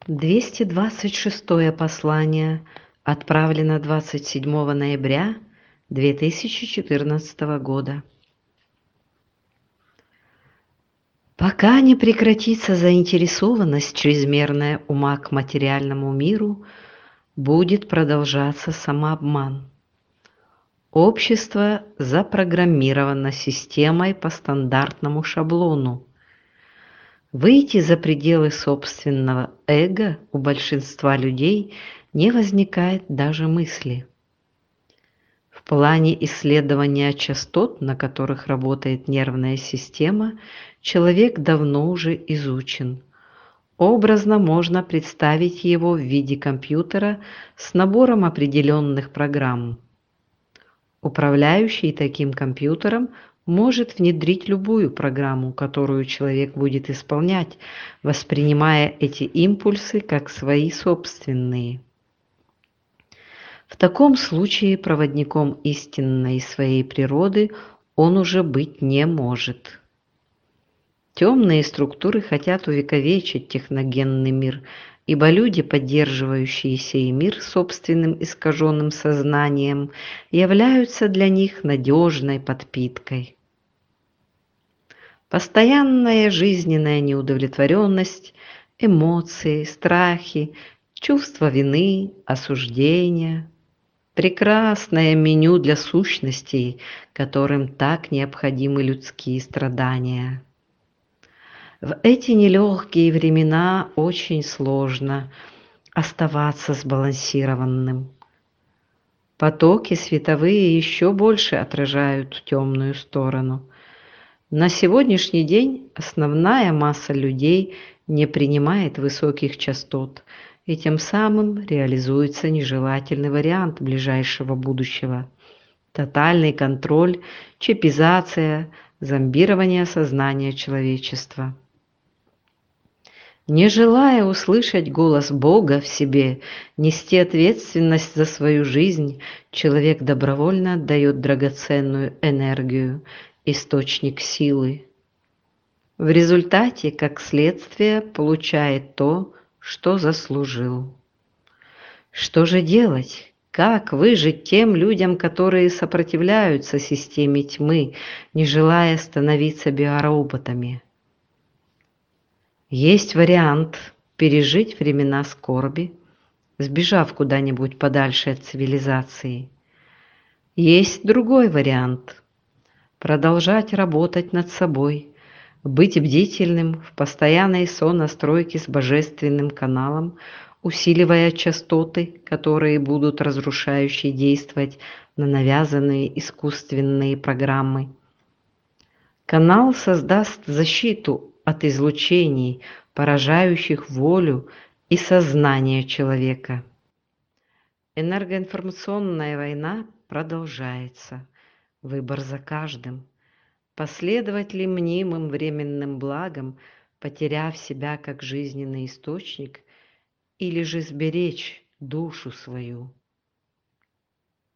226 послание отправлено 27 ноября 2014 года. Пока не прекратится заинтересованность чрезмерная ума к материальному миру, будет продолжаться самообман. Общество запрограммировано системой по стандартному шаблону. Выйти за пределы собственного эго у большинства людей не возникает даже мысли. В плане исследования частот, на которых работает нервная система, человек давно уже изучен. Образно можно представить его в виде компьютера с набором определенных программ. Управляющий таким компьютером может внедрить любую программу, которую человек будет исполнять, воспринимая эти импульсы как свои собственные. В таком случае проводником истинной своей природы он уже быть не может. Темные структуры хотят увековечить техногенный мир, ибо люди, поддерживающие сей мир собственным искаженным сознанием, являются для них надежной подпиткой. Постоянная жизненная неудовлетворенность, эмоции, страхи, чувство вины, осуждения – прекрасное меню для сущностей, которым так необходимы людские страдания. В эти нелегкие времена очень сложно оставаться сбалансированным. Потоки световые еще больше отражают темную сторону. На сегодняшний день основная масса людей не принимает высоких частот, и тем самым реализуется нежелательный вариант ближайшего будущего. Тотальный контроль, чипизация, зомбирование сознания человечества. Не желая услышать голос Бога в себе, нести ответственность за свою жизнь, человек добровольно отдает драгоценную энергию, источник силы. В результате, как следствие, получает то, что заслужил. Что же делать? Как выжить тем людям, которые сопротивляются системе тьмы, не желая становиться биороботами? Есть вариант пережить времена скорби, сбежав куда-нибудь подальше от цивилизации. Есть другой вариант – продолжать работать над собой, быть бдительным в постоянной сонастройке с божественным каналом, усиливая частоты, которые будут разрушающе действовать на навязанные искусственные программы. Канал создаст защиту от излучений, поражающих волю и сознание человека. Энергоинформационная война продолжается. Выбор за каждым. Последовать ли мнимым временным благам, потеряв себя как жизненный источник, или же сберечь душу свою?